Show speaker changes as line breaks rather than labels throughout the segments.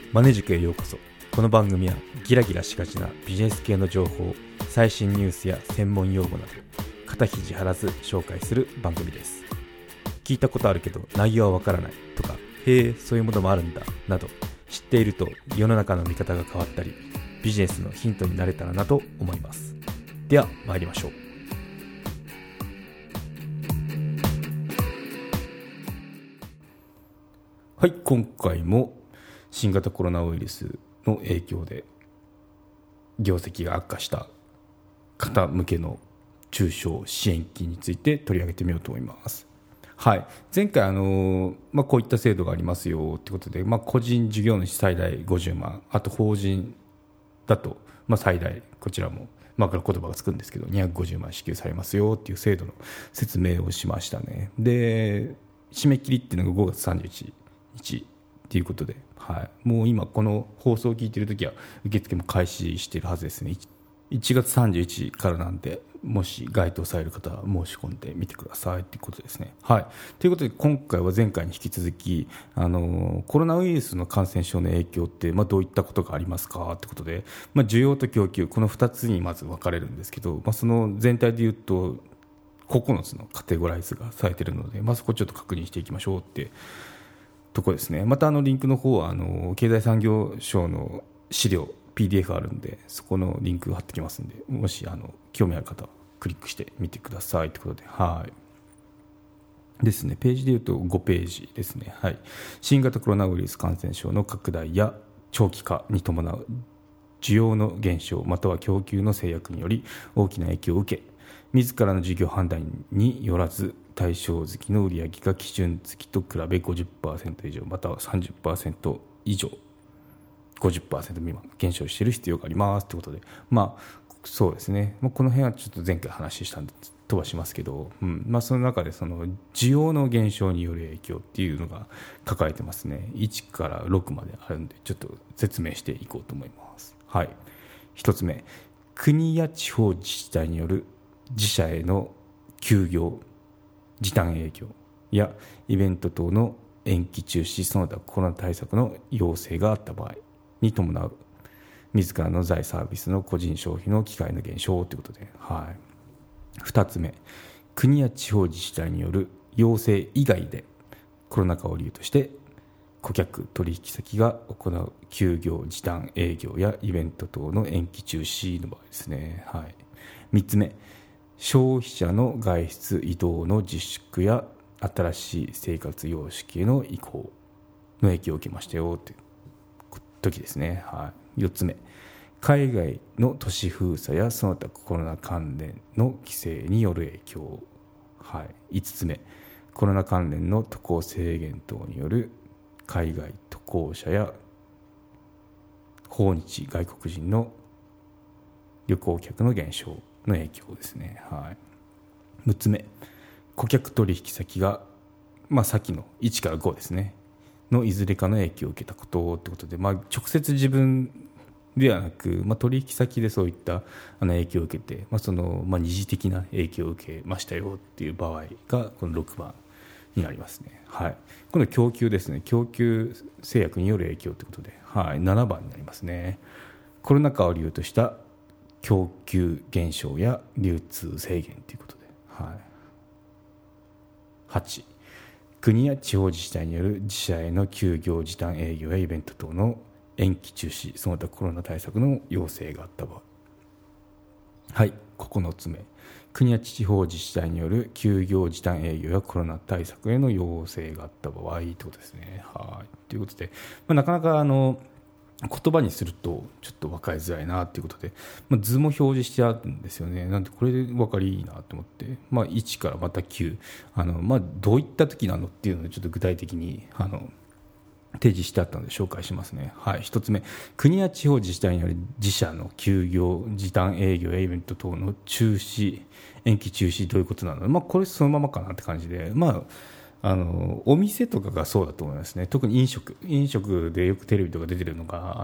マネ塾へようこそ。この番組はギラギラしがちなビジネス系の情報、最新ニュースや専門用語など肩肘張らず紹介する番組です。聞いたことあるけど内容はわからないとか、へえそういうものもあるんだなど、知っていると世の中の見方が変わったり、ビジネスのヒントになれたらなと思います。では参りましょう。はい、今回も新型コロナウイルスの影響で業績が悪化した方向けの中小支援金について取り上げてみようと思います。はい、前回こういった制度がありますよということで、個人事業主最大50万、あと法人だと最大こちらもこれ言葉がつくんですけど250万支給されますよっていう制度の説明をしましたね。で、締め切りっていうのが5月31日ということで、もう今この放送を聞いているときは受付も開始しているはずですね。1月31日からなんで、もし該当される方は申し込んでみてくださいということですね。はい、ということで今回は前回に引き続きコロナウイルスの感染症の影響ってどういったことがありますかということで、需要と供給、この2つにまず分かれるんですけど、その全体でいうと9つのカテゴライズがされているので、そこちょっと確認していきましょうってとこですね。またリンクの方は経済産業省の資料 PDF あるんで、そこのリンク貼ってきますんで、もし興味ある方はクリックしてみてくださいということで、ですね。ページでいうと5ページですね。新型コロナウイルス感染症の拡大や長期化に伴う需要の減少または供給の制約により大きな影響を受け、自らの事業判断によらず対象月の売上が基準月と比べ 50% 以上または 30% 以上 50% 未満減少している必要がありますということで、そうですね。この辺はちょっと前回話したんで飛ばしますけど、その中でその需要の減少による影響っていうのが書かれてますね。1から6まであるんで、ちょっと説明していこうと思います。1つ目、国や地方自治体による自社への休業時短営業やイベント等の延期中止その他コロナ対策の要請があった場合に伴う自らの財サービスの個人消費の機会の減少ということで、2つ目、国や地方自治体による要請以外でコロナ禍を理由として顧客取引先が行う休業時短営業やイベント等の延期中止の場合ですね。3つ目、消費者の外出移動の自粛や新しい生活様式への移行の影響を受けましたよという時ですね。4つ目、海外の都市封鎖やその他コロナ関連の規制による影響。5つ目、コロナ関連の渡航制限等による海外渡航者や訪日外国人の旅行客の減少の影響ですね。6つ目、顧客取引先が、さっきの1から5ですねのいずれかの影響を受けたことということで、直接自分ではなく、取引先でそういった影響を受けて、二次的な影響を受けましたよっていう場合がこの6番になりますね。この供給ですね。供給制約による影響ということで、7番になりますね。コロナ禍を理由とした供給減少や流通制限ということで、8、国や地方自治体による自社への休業時短営業やイベント等の延期中止その他コロナ対策の要請があった場合。9つ目、国や地方自治体による休業時短営業やコロナ対策への要請があった場合ということですね。ということで、なかなか言葉にするとちょっと分かりづらいなということで、図も表示してあるんですよね。なんでこれで分かりいいなと思って、1からまた9、どういった時なのっていうのをちょっと具体的に提示してあったので紹介しますね。1つ目、国や地方自治体による自社の休業時短営業やイベント等の中止延期中止どういうことなの、これそのままかなって感じで、お店とかがそうだと思いますね。特に飲食でよくテレビとか出てるのが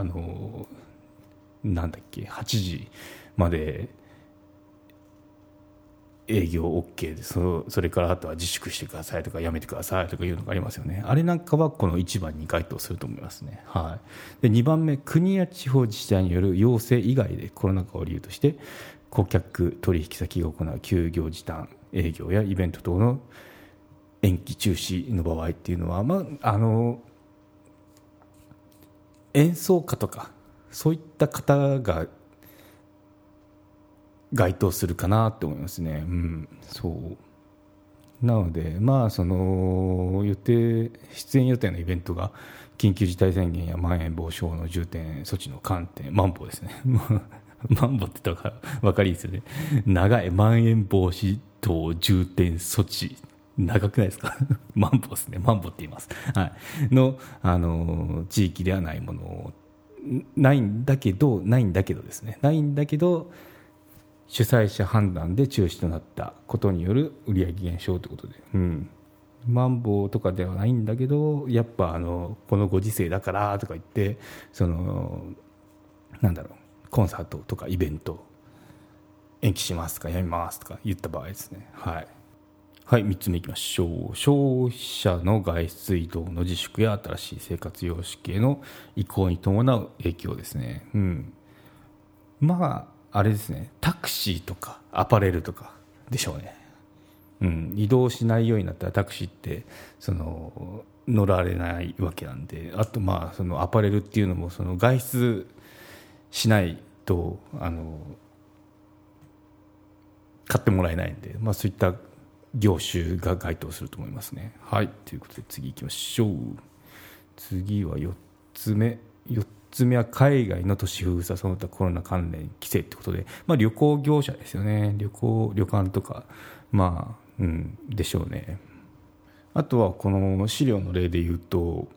8時まで営業 OK でそれからあとは自粛してくださいとかやめてくださいとかいうのがありますよね。あれなんかはこの1番に該当すると思いますね。はい、で2番目、国や地方自治体による要請以外でコロナ禍を理由として顧客取引先が行う休業時短営業やイベント等の延期中止の場合っていうのは、演奏家とかそういった方が該当するかなと思いますね。そうなので、出演予定のイベントが緊急事態宣言やまん延防止法の重点措置の観点、まん防ですねマンボって言ったら分かりですよね。長い、まん延防止等重点措置、長くないですかマンボですね、マンボって言います、はい、の、地域ではないものないんだけどですね、ないんだけど主催者判断で中止となったことによる売上減少ということで、マンボウとかではないんだけど、やっぱこのご時世だからとか言ってコンサートとかイベント延期しますとかやめますとか言った場合ですね。はい3つ目いきましょう。消費者の外出移動の自粛や新しい生活様式への移行に伴う影響ですね。あれですね、タクシーとかアパレルとかでしょうね。移動しないようになったらタクシーって乗られないわけなんで、あとそのアパレルっていうのも外出しないと買ってもらえないんで、そういった業種が該当すると思いますね。ということで次行きましょう。次は4つ目は海外の都市封鎖その他コロナ関連規制ということで、旅行業者ですよね。旅館とかでしょうね。あとはこの資料の例で言うと、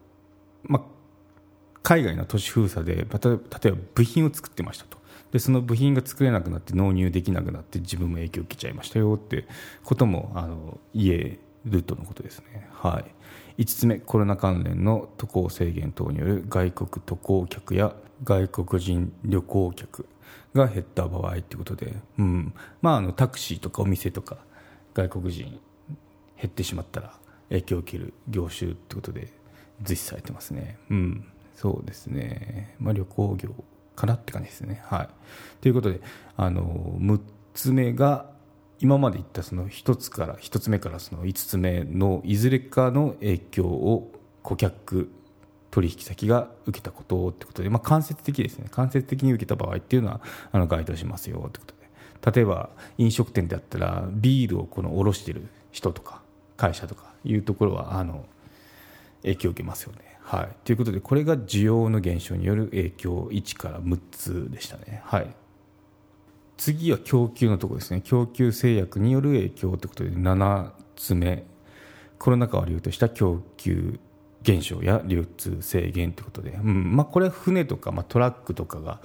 海外の都市封鎖で例えば部品を作ってましたと。でその部品が作れなくなって納入できなくなって自分も影響を受けちゃいましたよってことも言えるとのことですね。5つ目、コロナ関連の渡航制限等による外国渡航客や外国人旅行客が減った場合ということで、タクシーとかお店とか外国人減ってしまったら影響を受ける業種ということで実施されてますね。そうですね、旅行業かなって感じですね。ということで6つ目が今まで言った1つ目から5つ目のいずれかの影響を顧客取引先が受けたことってことで、間接的ですね。間接的に受けた場合っていうのは該当しますよってことで、例えば飲食店であったらビールを卸している人とか会社とかいうところは影響を受けますよね。ということでこれが需要の減少による影響1から6つでしたね。次は供給のところですね。供給制約による影響ということで7つ目、コロナ禍を理由とした供給減少や流通制限ということで、これは船とか、トラックとかが、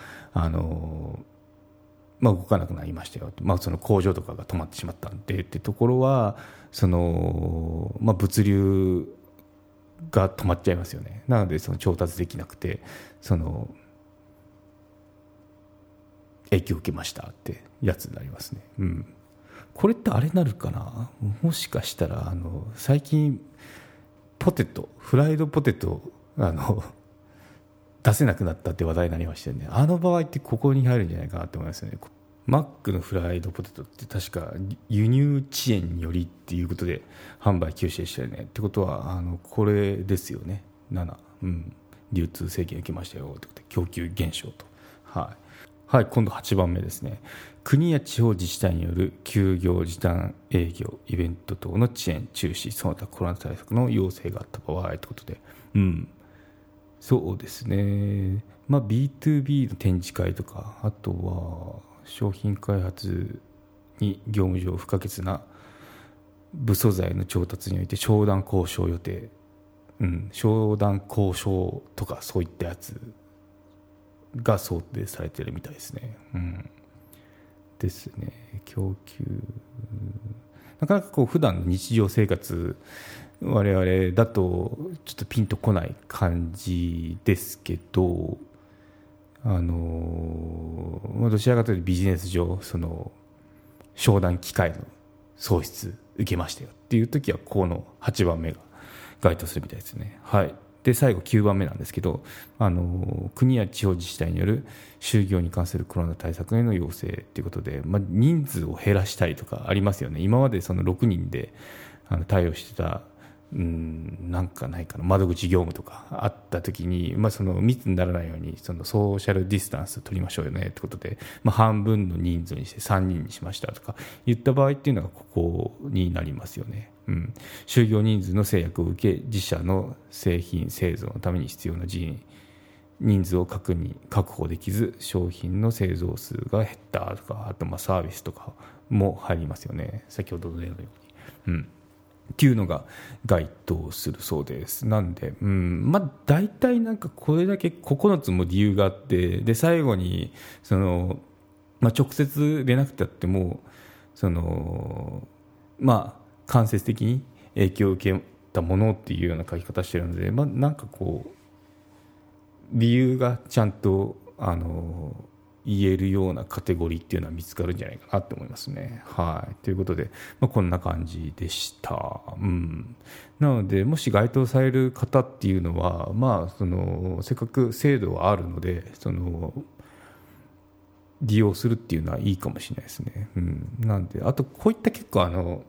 動かなくなりましたよ、その工場とかが止まってしまったんでってところは物流が止まっちゃいますよね。なので調達できなくて影響を受けましたってやつになりますね。これってあれなるかな、もしかしたら最近フライドポテト出せなくなったって話題になりましたよね。場合ってここに入るんじゃないかなと思いますよね。マックのフライドポテトって確か輸入遅延によりっていうことで販売休止でしたよね。ってことはこれですよね。7、流通制限を受けましたよってことで供給減少と。今度8番目ですね。国や地方自治体による休業時短営業イベント等の遅延中止その他コロナ対策の要請があった場合ということで、そうですね、B2B の展示会とか、あとは商品開発に業務上不可欠な部素材の調達において商談交渉予定、商談交渉とかそういったやつが想定されているみたいですね。ですね。供給なかなか普段の日常生活我々だとちょっとピンとこない感じですけど、どちらかというとビジネス上商談機会の喪失受けましたよっていう時はこの8番目が該当するみたいですね。はい。で最後9番目なんですけど、国や地方自治体による就業に関するコロナ対策への要請ということで、人数を減らしたいとかありますよね。今までその6人で対応してたなんかないかな、窓口業務とかあった時に、その密にならないようにそのソーシャルディスタンスを取りましょうよねってことで、半分の人数にして3人にしましたとか言った場合っていうのがここになりますよね。就業人数の制約を受け自社の製品製造のために必要な人数を確保できず商品の製造数が減ったとか、あとサービスとかも入りますよね、先ほどの例のように。っていうのが該当するそうです。なんで、大体なんかこれだけ9つも理由があって、で最後にその、直接出なくたってもその間接的に影響を受けたものっていうような書き方してるので、なんかこう理由がちゃんと言えるようなカテゴリーっていうのは見つかるんじゃないかなと思いますね。はい。ということで、こんな感じでした。なので、もし該当される方っていうのは、せっかく制度はあるので、利用するっていうのはいいかもしれないですね。なんで、あとこういった結構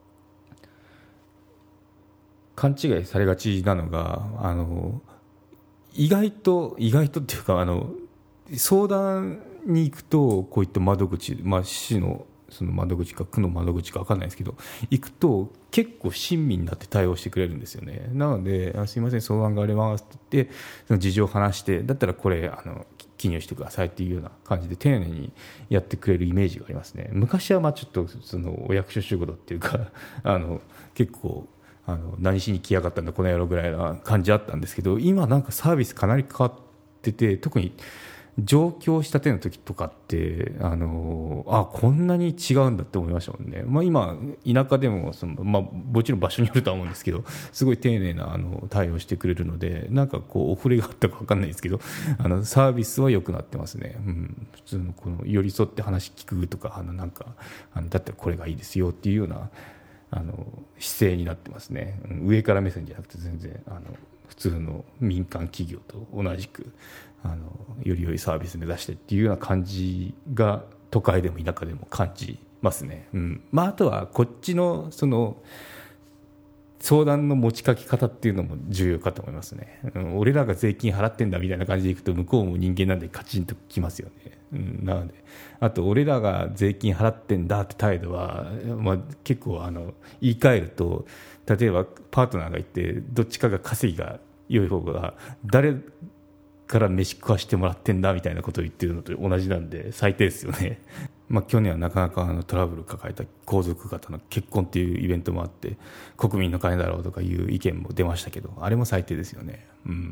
勘違いされがちなのが、意外とっていうか相談に行くとこういった窓口、市のその窓口か区の窓口か分かんないですけど行くと結構親身になって対応してくれるんですよね。なのですいません相談がありますって言ってその事情を話して、だったらこれ記入してくださいっていうような感じで丁寧にやってくれるイメージがありますね。昔はちょっとそのお役所仕事っていうか結構何しに来やがったんだこの野郎ぐらいな感じあったんですけど、今なんかサービスかなり変わってて、特に上京したての時とかってこんなに違うんだって思いましたもんね。今田舎でももちろん場所によるとは思うんですけどすごい丁寧な対応してくれるので、なんかこうお触れがあったか分かんないですけどサービスは良くなってますね。普通のこの寄り添って話聞くとかなんかだったらこれがいいですよっていうような姿勢になってますね。上から目線じゃなくて全然普通の民間企業と同じくより良いサービス目指してっていうような感じが都会でも田舎でも感じますね。あとはこっちのその相談の持ちかけ方っていうのも重要かと思いますね。俺らが税金払ってんだみたいな感じでいくと向こうも人間なんでカチンときますよね。なのであと俺らが税金払ってんだって態度は、結構言い換えると、例えばパートナーがいてどっちかが稼ぎが良い方が誰から飯食わしてもらってんだみたいなことを言ってるのと同じなんで最低ですよね。去年はなかなかトラブルを抱えた皇族方の結婚っていうイベントもあって国民の金だろうとかいう意見も出ましたけど、あれも最低ですよね。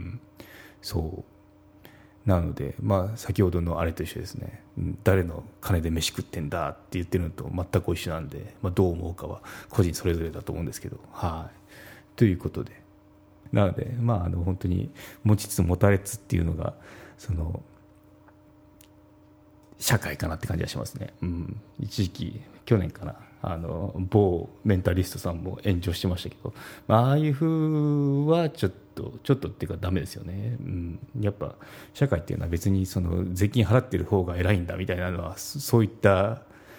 そうなので、先ほどのあれと一緒ですね。誰の金で飯食ってんだって言ってるのと全く一緒なんで、どう思うかは個人それぞれだと思うんですけど、ということで、なので本当に持ちつ持たれつっていうのがその社会かなって感じがしますね。一時期去年かな某メンタリストさんも炎上してましたけど、ああいう風はちょっとっていうかダメですよね。やっぱ社会っていうのは別にその税金払ってる方が偉いんだみたいなのはそういった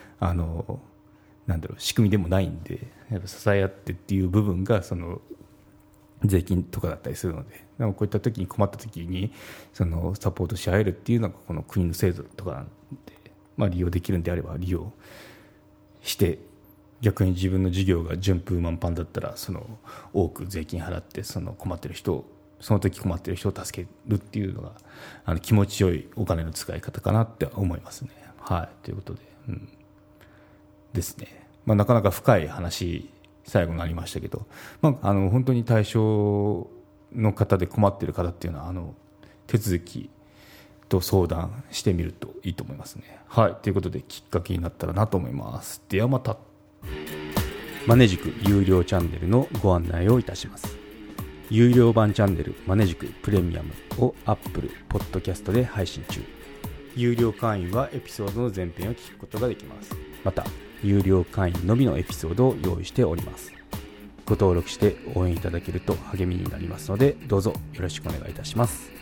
仕組みでもないんで、やっぱ支え合ってっていう部分がその税金とかだったりするので、でもこういった時に困った時にそのサポートし合えるっていうのがこの国の制度とかなんで、利用できるんであれば利用して逆に自分の事業が順風満帆だったらその多く税金払ってその困ってる人をその時困ってる人を助けるっていうのが気持ちよいお金の使い方かなって思いますね。ということで、ですね。なかなか深い話最後になりましたけど、本当に対象の方で困っている方っていうのは手続きと相談してみるといいと思いますね。ということできっかけになったらなと思います。ではまた。マネジク有料チャンネルのご案内をいたします。有料版チャンネルマネジクプレミアムを Apple Podcast で配信中。有料会員はエピソードの前編を聞くことができます。また有料会員のみのエピソードを用意しております。ご登録して応援いただけると励みになりますので、どうぞよろしくお願いいたします。